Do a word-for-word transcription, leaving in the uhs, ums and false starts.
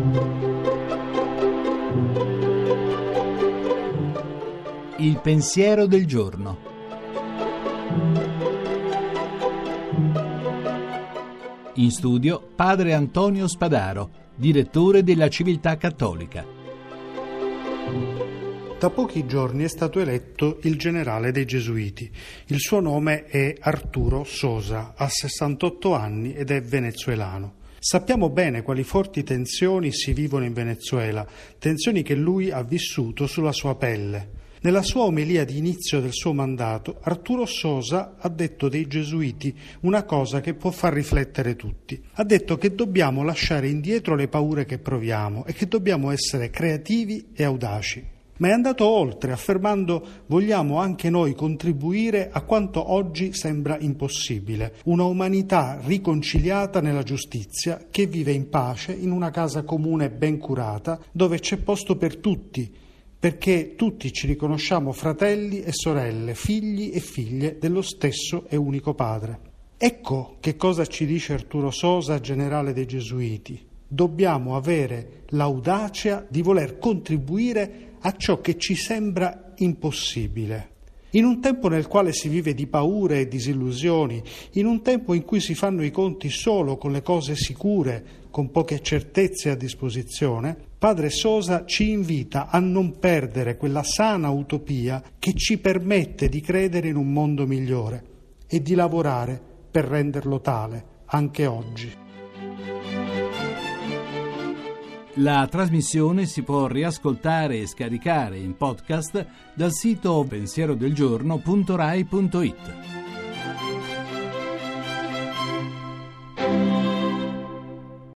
Il pensiero del giorno. In studio padre Antonio Spadaro, direttore della Civiltà Cattolica. Da pochi giorni è stato eletto il generale dei Gesuiti. Il suo nome è Arturo Sosa, ha sessantotto anni ed è venezuelano. Sappiamo bene quali forti tensioni si vivono in Venezuela, tensioni che lui ha vissuto sulla sua pelle. Nella sua omelia di inizio del suo mandato, Arturo Sosa ha detto dei Gesuiti una cosa che può far riflettere tutti. Ha detto che dobbiamo lasciare indietro le paure che proviamo e che dobbiamo essere creativi e audaci. Ma è andato oltre, affermando: vogliamo anche noi contribuire a quanto oggi sembra impossibile, una umanità riconciliata nella giustizia che vive in pace in una casa comune ben curata, dove c'è posto per tutti, perché tutti ci riconosciamo fratelli e sorelle, figli e figlie dello stesso e unico Padre. Ecco che cosa ci dice Arturo Sosa, generale dei Gesuiti. Dobbiamo avere l'audacia di voler contribuire a ciò che ci sembra impossibile. In un tempo nel quale si vive di paure e disillusioni, in un tempo in cui si fanno i conti solo con le cose sicure, con poche certezze a disposizione, padre Sosa ci invita a non perdere quella sana utopia che ci permette di credere in un mondo migliore e di lavorare per renderlo tale anche oggi. La trasmissione si può riascoltare e scaricare in podcast dal sito pensierodelgiorno punto rai punto it.